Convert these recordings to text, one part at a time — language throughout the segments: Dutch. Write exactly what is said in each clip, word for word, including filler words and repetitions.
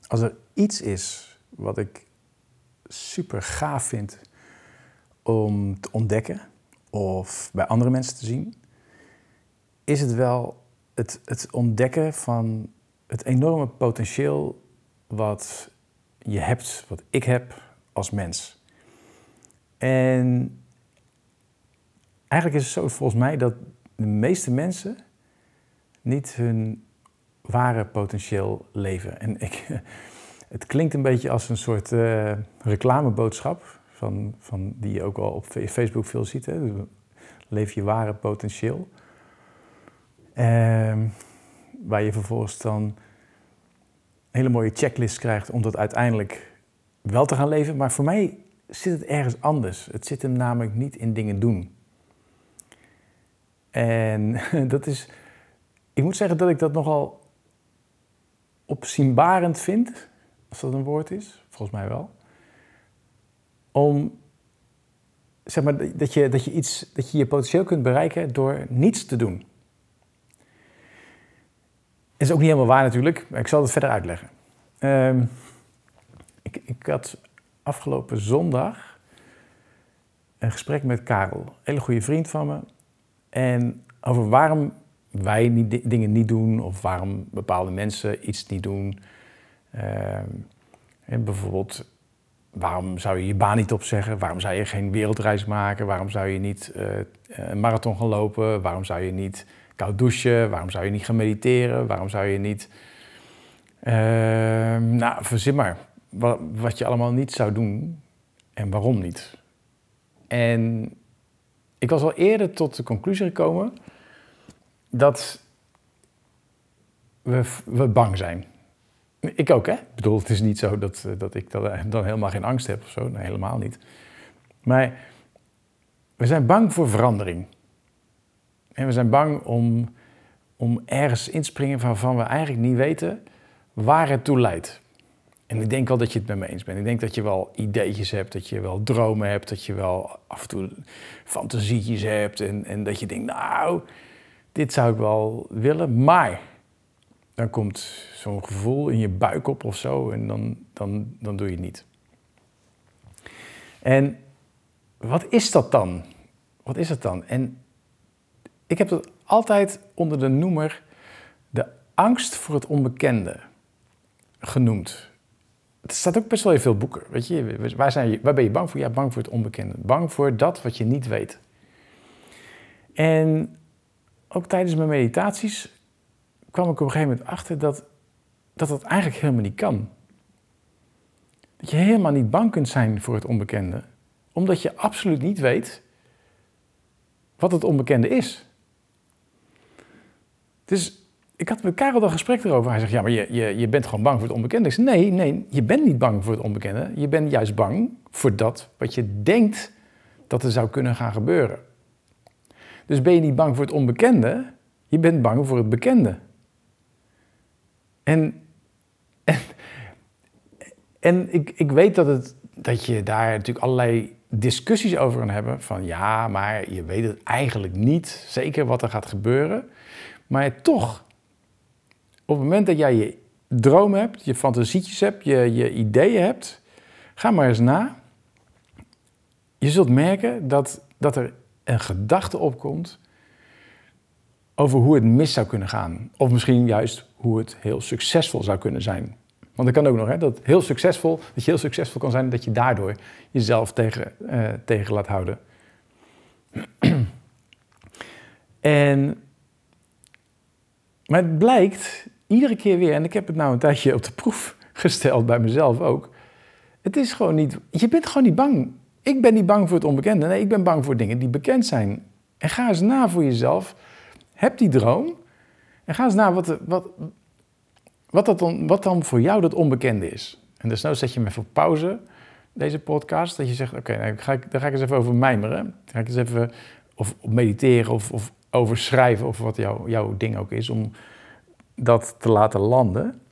Als er iets is wat ik super gaaf vind om te ontdekken of bij andere mensen te zien, is het wel het, het ontdekken van het enorme potentieel wat je hebt, wat ik heb als mens. En eigenlijk is het zo volgens mij dat de meeste mensen niet hun ware potentieel leven. En ik, het klinkt een beetje als een soort uh, reclameboodschap van, van die je ook wel op Facebook veel ziet. Hè? Leef je ware potentieel. Uh, waar je vervolgens dan een hele mooie checklist krijgt om dat uiteindelijk wel te gaan leven. Maar voor mij zit het ergens anders. Het zit hem namelijk niet in dingen doen. En dat is... Ik moet zeggen dat ik dat nogal opzienbarend vind, als dat een woord is, volgens mij wel. Om, zeg maar, dat je, dat je iets, dat je je potentieel kunt bereiken door niets te doen. Dat is ook niet helemaal waar natuurlijk, maar ik zal het verder uitleggen. Um, ik, ik had afgelopen zondag een gesprek met Karel, een hele goede vriend van me. En over waarom wij niet, dingen niet doen of waarom bepaalde mensen iets niet doen. Uh, en bijvoorbeeld, waarom zou je je baan niet opzeggen? Waarom zou je geen wereldreis maken? Waarom zou je niet uh, een marathon gaan lopen? Waarom zou je niet koud douchen? Waarom zou je niet gaan mediteren? Waarom zou je niet... Uh, nou, verzin maar. Wat, wat je allemaal niet zou doen en waarom niet. En ik was al eerder tot de conclusie gekomen dat we, we bang zijn. Ik ook, hè? Ik bedoel, het is niet zo dat, dat ik dan helemaal geen angst heb of zo. Nee, helemaal niet. Maar we zijn bang voor verandering. En we zijn bang om, om ergens in te springen waarvan we eigenlijk niet weten waar het toe leidt. En ik denk wel dat je het met me eens bent. Ik denk dat je wel ideetjes hebt, dat je wel dromen hebt, dat je wel af en toe fantasietjes hebt. En, en dat je denkt, nou, dit zou ik wel willen, maar dan komt zo'n gevoel in je buik op of zo en dan, dan, dan doe je het niet. En wat is dat dan? Wat is het dan? En ik heb dat altijd onder de noemer de angst voor het onbekende genoemd. Het staat ook best wel in veel boeken. Weet je, waar, zijn je, waar ben je bang voor? Ja, bang voor het onbekende. Bang voor dat wat je niet weet. En ook tijdens mijn meditaties kwam ik op een gegeven moment achter dat dat, dat eigenlijk helemaal niet kan. Dat je helemaal niet bang kunt zijn voor het onbekende, omdat je absoluut niet weet wat het onbekende is. Dus ik had met Karel een gesprek erover. Hij zegt, ja, maar je, je, je bent gewoon bang voor het onbekende. Ik zeg, nee, nee, je bent niet bang voor het onbekende. Je bent juist bang voor dat wat je denkt dat er zou kunnen gaan gebeuren. Dus ben je niet bang voor het onbekende, je bent bang voor het bekende. En, en, en ik, ik weet dat, het, dat je daar natuurlijk allerlei discussies over kan hebben. Van ja, maar je weet het eigenlijk niet zeker wat er gaat gebeuren. Maar toch, op het moment dat jij je droom hebt, je fantasietjes hebt, je, je ideeën hebt, ga maar eens na. Je zult merken dat, dat er een gedachte opkomt over hoe het mis zou kunnen gaan. Of misschien juist hoe het heel succesvol zou kunnen zijn. Want dat kan ook nog, hè, dat, heel succesvol, dat je heel succesvol kan zijn, dat je daardoor jezelf tegen, uh, tegen laat houden. en, maar het blijkt iedere keer weer, en ik heb het nou een tijdje op de proef gesteld bij mezelf ook. Het is gewoon niet, je bent gewoon niet bang. Ik ben niet bang voor het onbekende. Nee, ik ben bang voor dingen die bekend zijn. En ga eens na voor jezelf. Heb die droom. En ga eens na wat, wat, wat, dat dan, wat dan voor jou dat onbekende is. En dus nou zet je me even op pauze, deze podcast. Dat je zegt, oké, okay, nou, ga ik, daar ga ik eens even over mijmeren. Dan ga ik eens even of, of mediteren of, of over schrijven. Of wat jou, jouw ding ook is. Om dat te laten landen.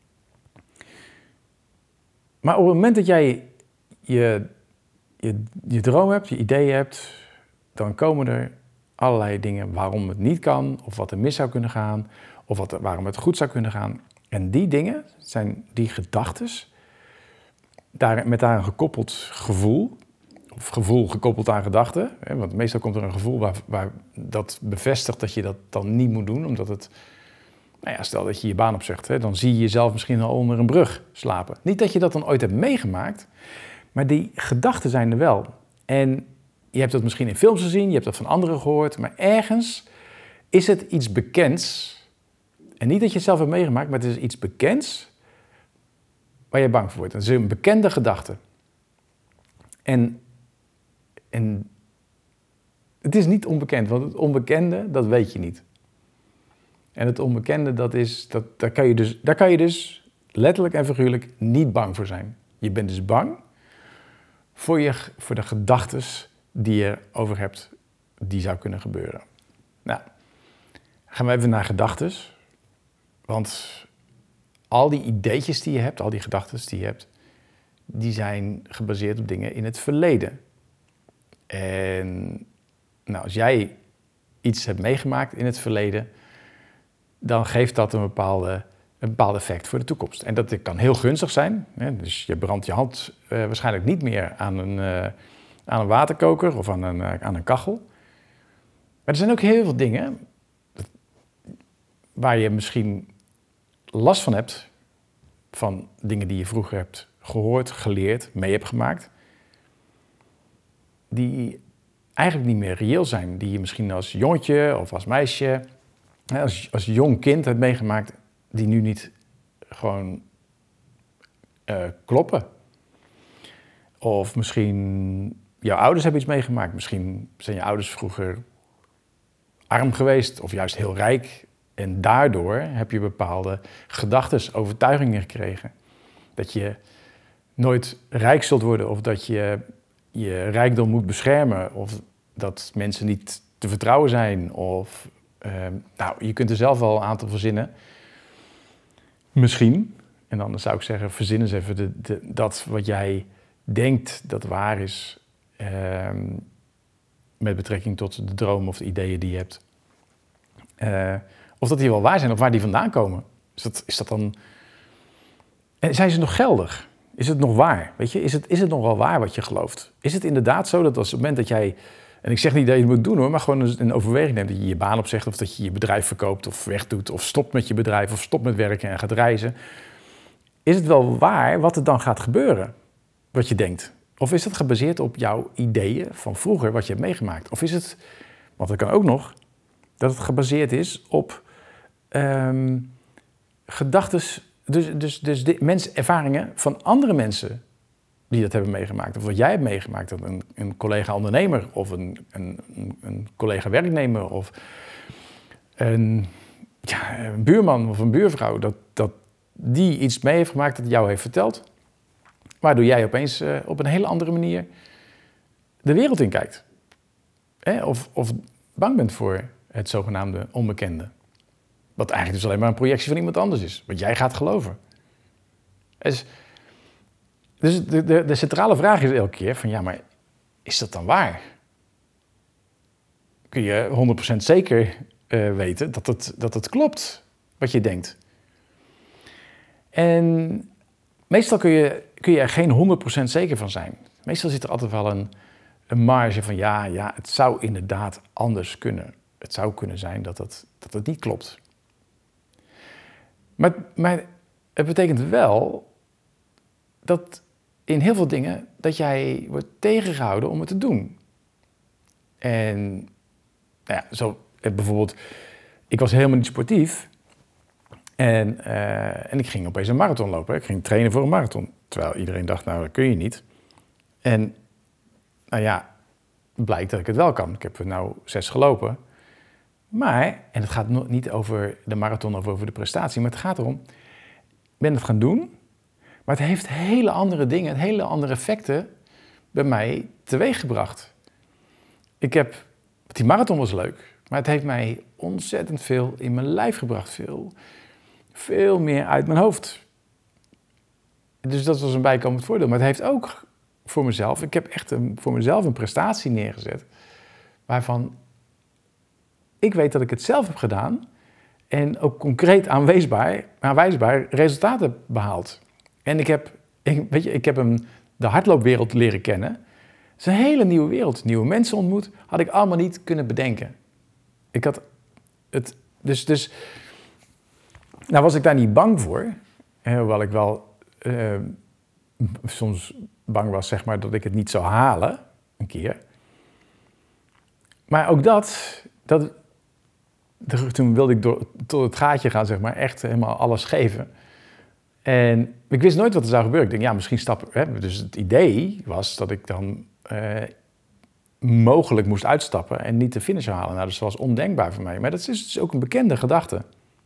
Maar op het moment dat jij je, je, je droom hebt, je ideeën hebt, dan komen er allerlei dingen waarom het niet kan, of wat er mis zou kunnen gaan, of wat er, waarom het goed zou kunnen gaan. En die dingen zijn die gedachtes, daar, met daar een gekoppeld gevoel, of gevoel gekoppeld aan gedachten. Hè, want meestal komt er een gevoel waar, waar dat bevestigt dat je dat dan niet moet doen, omdat het, nou ja, stel dat je je baan opzegt, hè, dan zie je jezelf misschien al onder een brug slapen. Niet dat je dat dan ooit hebt meegemaakt, maar die gedachten zijn er wel. En je hebt dat misschien in films gezien, je hebt dat van anderen gehoord, maar ergens is het iets bekends. En niet dat je het zelf hebt meegemaakt, maar het is iets bekends waar je bang voor wordt. Het is een bekende gedachte. En, en het is niet onbekend, want het onbekende, dat weet je niet. En het onbekende, dat is, dat, daar, kan je dus, daar kan je dus letterlijk en figuurlijk niet bang voor zijn. Je bent dus bang voor, je, voor de gedachtes die je erover hebt, die zou kunnen gebeuren. Nou, gaan we even naar gedachtes. Want al die ideetjes die je hebt, al die gedachtes die je hebt, die zijn gebaseerd op dingen in het verleden. En nou, als jij iets hebt meegemaakt in het verleden, dan geeft dat een bepaalde, een bepaald effect voor de toekomst. En dat kan heel gunstig zijn. Hè? Dus je brandt je hand uh, waarschijnlijk niet meer aan een, uh, aan een waterkoker of aan een, uh, aan een kachel. Maar er zijn ook heel veel dingen waar je misschien last van hebt, van dingen die je vroeger hebt gehoord, geleerd, mee hebt gemaakt, die eigenlijk niet meer reëel zijn, die je misschien als jongetje of als meisje, als, als jong kind hebt meegemaakt, die nu niet gewoon uh, kloppen. Of misschien jouw ouders hebben iets meegemaakt, misschien zijn je ouders vroeger arm geweest of juist heel rijk. En daardoor heb je bepaalde gedachtes, overtuigingen gekregen. Dat je nooit rijk zult worden of dat je je rijkdom moet beschermen. Of dat mensen niet te vertrouwen zijn. Of, uh, nou, je kunt er zelf wel een aantal verzinnen. Misschien. En dan zou ik zeggen, verzin eens even de, de, dat wat jij denkt dat waar is. Uh, met betrekking tot de droom of de ideeën die je hebt. Uh, Of dat die wel waar zijn of waar die vandaan komen. Is dat, is dat dan... En zijn ze nog geldig? Is het nog waar? Weet je, is het, is het nog wel waar wat je gelooft? Is het inderdaad zo dat als het moment dat jij... En ik zeg niet dat je het moet doen hoor, maar gewoon een overweging neemt dat je je baan opzegt of dat je je bedrijf verkoopt of wegdoet of stopt met je bedrijf of stopt met werken en gaat reizen. Is het wel waar wat er dan gaat gebeuren? Wat je denkt? Of is het gebaseerd op jouw ideeën van vroeger wat je hebt meegemaakt? Of is het, want dat kan ook nog, dat het gebaseerd is op um, gedachtes, dus, dus, dus de, menservaringen van andere mensen die dat hebben meegemaakt. Of wat jij hebt meegemaakt, een, een collega-ondernemer of een, een, een collega-werknemer of een, ja, een buurman of een buurvrouw, dat, dat die iets mee heeft gemaakt dat jou heeft verteld, waardoor jij opeens uh, op een hele andere manier de wereld in kijkt. Eh, of, of bang bent voor het zogenaamde onbekende. Wat eigenlijk dus alleen maar een projectie van iemand anders is. Wat jij gaat geloven. Dus, dus de, de, de centrale vraag is elke keer van ja, maar is dat dan waar? Kun je honderd procent zeker uh, weten dat het, dat het klopt wat je denkt? En meestal kun je, kun je er geen honderd procent zeker van zijn. Meestal zit er altijd wel een, een marge van ja, ja, het zou inderdaad anders kunnen. Het zou kunnen zijn dat het, dat het niet klopt. Maar, maar het betekent wel dat in heel veel dingen dat jij wordt tegengehouden om het te doen. En nou ja, zo bijvoorbeeld, ik was helemaal niet sportief en, uh, en ik ging opeens een marathon lopen. Ik ging trainen voor een marathon, terwijl iedereen dacht, nou dat kun je niet. En nou ja, blijkt dat ik het wel kan. Ik heb er nou zes gelopen. Maar, en het gaat niet over de marathon of over de prestatie, maar het gaat erom, ik ben het gaan doen, maar het heeft hele andere dingen, hele andere effecten bij mij teweeggebracht. Ik heb, die marathon was leuk, maar het heeft mij ontzettend veel in mijn lijf gebracht, veel, veel meer uit mijn hoofd. Dus dat was een bijkomend voordeel, maar het heeft ook voor mezelf, ik heb echt een, voor mezelf een prestatie neergezet, waarvan ik weet dat ik het zelf heb gedaan en ook concreet aanwijsbaar, aanwijsbaar resultaten behaald. En ik heb, ik, weet je, ik heb hem de hardloopwereld leren kennen. Het is een hele nieuwe wereld. Nieuwe mensen ontmoet, had ik allemaal niet kunnen bedenken. Ik had het, dus, dus, nou was ik daar niet bang voor. Hoewel ik wel uh, soms bang was, zeg maar, dat ik het niet zou halen, een keer. Maar ook dat, dat toen wilde ik door, tot het gaatje gaan, zeg maar, echt helemaal alles geven. En ik wist nooit wat er zou gebeuren. Ik denk, ja, misschien stappen. Hè? Dus het idee was dat ik dan uh, mogelijk moest uitstappen en niet de finish zou halen. Nou, dat was ondenkbaar voor mij. Maar dat is dus ook een bekende gedachte.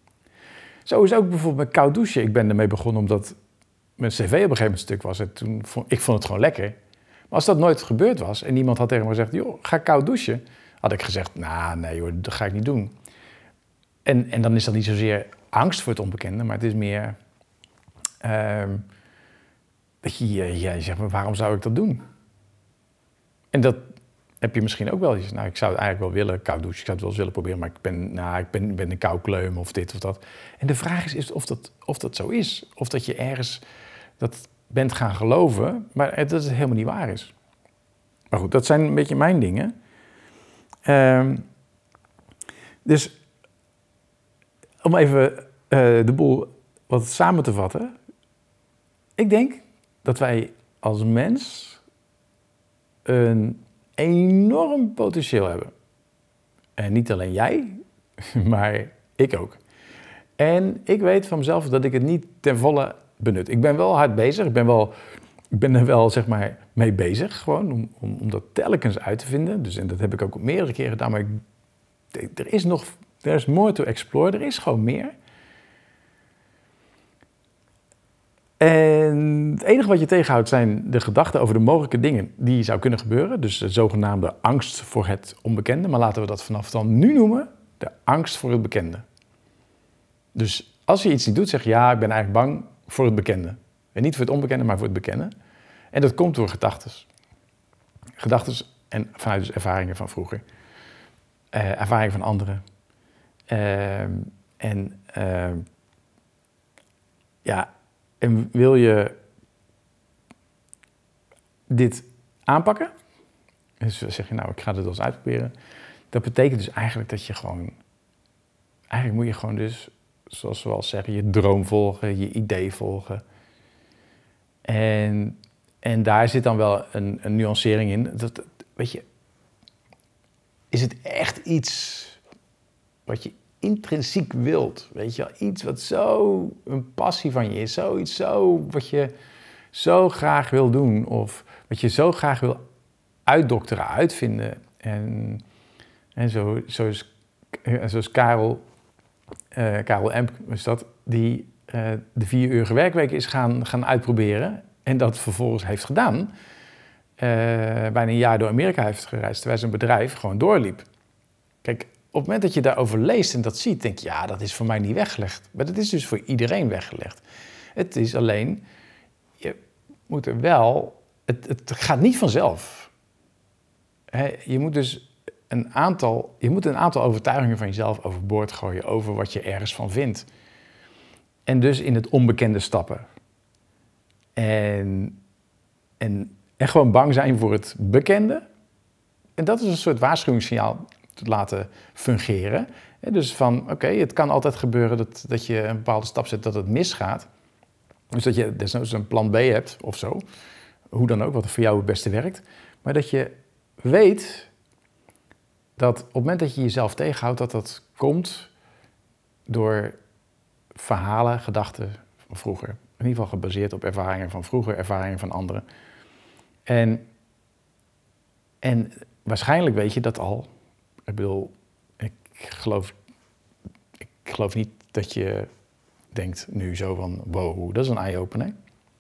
Zo is ook bijvoorbeeld met koud douchen. Ik ben ermee begonnen omdat mijn cv op een gegeven moment stuk was. En toen vond, ik vond het gewoon lekker. Maar als dat nooit gebeurd was en niemand had tegen me gezegd, joh, ga koud douchen. Had ik gezegd, nou, nee hoor, dat ga ik niet doen. En, en dan is dat niet zozeer angst voor het onbekende, maar het is meer Uh, dat je, je, je zegt, maar waarom zou ik dat doen? En dat heb je misschien ook wel. Je zegt, nou, ik zou het eigenlijk wel willen, koud douchen. Ik zou het wel eens willen proberen, maar ik ben, nou, ik ben, ben een koukleum of dit of dat. En de vraag is, is of, dat, of dat zo is. Of dat je ergens dat bent gaan geloven, maar dat het helemaal niet waar is. Maar goed, dat zijn een beetje mijn dingen. Uh, dus om even uh, de boel wat samen te vatten. Ik denk dat wij als mens een enorm potentieel hebben. En niet alleen jij, maar ik ook. En ik weet van mezelf dat ik het niet ten volle benut. Ik ben wel hard bezig, ik ben, wel, ik ben er wel zeg maar mee bezig, gewoon om, om, om dat telkens uit te vinden. Dus, en dat heb ik ook meerdere keren gedaan, maar ik, er is nog, er is more to explore, er is gewoon meer. En het enige wat je tegenhoudt zijn de gedachten over de mogelijke dingen die zou kunnen gebeuren. Dus de zogenaamde angst voor het onbekende. Maar laten we dat vanaf dan nu noemen, de angst voor het bekende. Dus als je iets niet doet, zeg je ja, ik ben eigenlijk bang voor het bekende. En niet voor het onbekende, maar voor het bekende. En dat komt door gedachten. Gedachten en vanuit dus ervaringen van vroeger. Uh, ervaringen van anderen. Uh, en uh, ja... En wil je dit aanpakken? Dus zeg je, nou, ik ga dit wel eens uitproberen. Dat betekent dus eigenlijk dat je gewoon... Eigenlijk moet je gewoon dus, zoals we al zeggen, je droom volgen, je idee volgen. En, en daar zit dan wel een, een nuancering in. Dat, weet je, is het echt iets wat je intrinsiek wilt, weet je wel, iets wat zo een passie van je is, zoiets zo wat je zo graag wil doen of wat je zo graag wil uitdokteren, uitvinden. En, en zo, zo is, zoals Karel, uh, Karel Emp was dat, die uh, de vier uurige werkweek is gaan, gaan uitproberen en dat vervolgens heeft gedaan. Uh, bijna een jaar door Amerika heeft gereisd, terwijl zijn bedrijf gewoon doorliep. Kijk, op het moment dat je daarover leest en dat ziet, denk je, ja, dat is voor mij niet weggelegd. Maar dat is dus voor iedereen weggelegd. Het is alleen, je moet er wel, het, het gaat niet vanzelf. He, je moet dus een aantal, je moet een aantal overtuigingen van jezelf overboord gooien over wat je ergens van vindt. En dus in het onbekende stappen. En, en, en gewoon bang zijn voor het bekende. En dat is een soort waarschuwingssignaal te laten fungeren. Dus van, oké, okay, het kan altijd gebeuren dat, dat je een bepaalde stap zet dat het misgaat. Dus dat je desnoods een plan B hebt of zo. Hoe dan ook, wat voor jou het beste werkt. Maar dat je weet dat op het moment dat je jezelf tegenhoudt, dat dat komt door verhalen, gedachten van vroeger. In ieder geval gebaseerd op ervaringen van vroeger, ervaringen van anderen. En, en waarschijnlijk weet je dat al. Ik bedoel, ik geloof, ik geloof niet dat je denkt nu zo van, wow, dat is een eye-opener.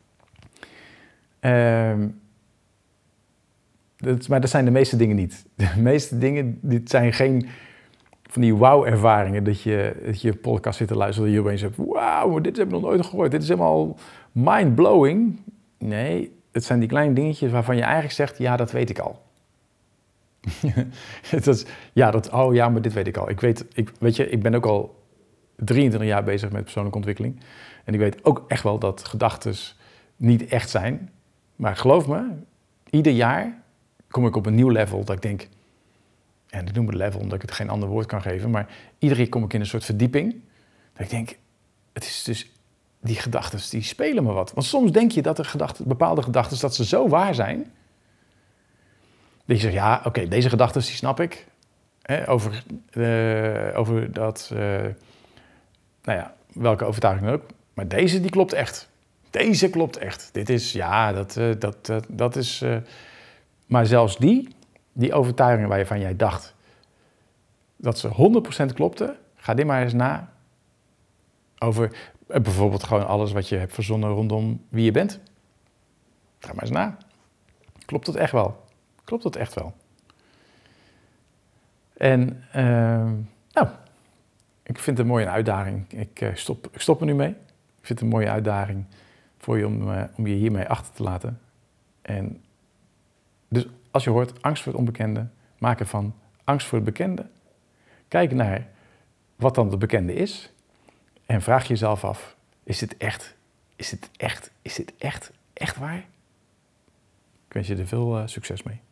Um, dat, maar dat zijn de meeste dingen niet. De meeste dingen, dit zijn geen van die wauw-ervaringen dat je, dat je podcast zit te luisteren, dat je opeens hebt, wauw, dit heb ik nog nooit gehoord, dit is helemaal mind-blowing. Nee, het zijn die kleine dingetjes waarvan je eigenlijk zegt, ja, dat weet ik al. dat is, ja, dat, oh ja, maar dit weet ik al. Ik weet, ik, weet je, ik ben ook al drieëntwintig jaar bezig met persoonlijke ontwikkeling. En ik weet ook echt wel dat gedachten niet echt zijn. Maar geloof me, ieder jaar kom ik op een nieuw level dat ik denk... En ik noem het level omdat ik het geen ander woord kan geven. Maar iedere keer kom ik in een soort verdieping. Dat ik denk, het is dus... Die gedachten, die spelen me wat. Want soms denk je dat er gedachten, bepaalde gedachten, dat ze zo waar zijn. Dat je zegt, ja, oké, okay, deze gedachten, die snap ik. Hè, over, uh, over dat, uh, nou ja, welke overtuiging dan ook. Maar deze, die klopt echt. Deze klopt echt. Dit is, ja, dat, uh, dat, uh, dat is... Uh, maar zelfs die, die overtuigingen waarvan jij dacht dat ze honderd procent klopten, ga dit maar eens na over... Bijvoorbeeld gewoon alles wat je hebt verzonnen rondom wie je bent. Ga maar eens na. Klopt dat echt wel? Klopt dat echt wel? En uh, nou, ik vind het een mooie uitdaging. Ik, uh, stop, ik stop er nu mee. Ik vind het een mooie uitdaging voor je om, uh, om je hiermee achter te laten. En dus als je hoort angst voor het onbekende, maak ervan angst voor het bekende. Kijk naar wat dan het bekende is. En vraag jezelf af, is dit echt, is dit echt, is dit echt, echt waar? Ik wens je er veel uh, succes mee.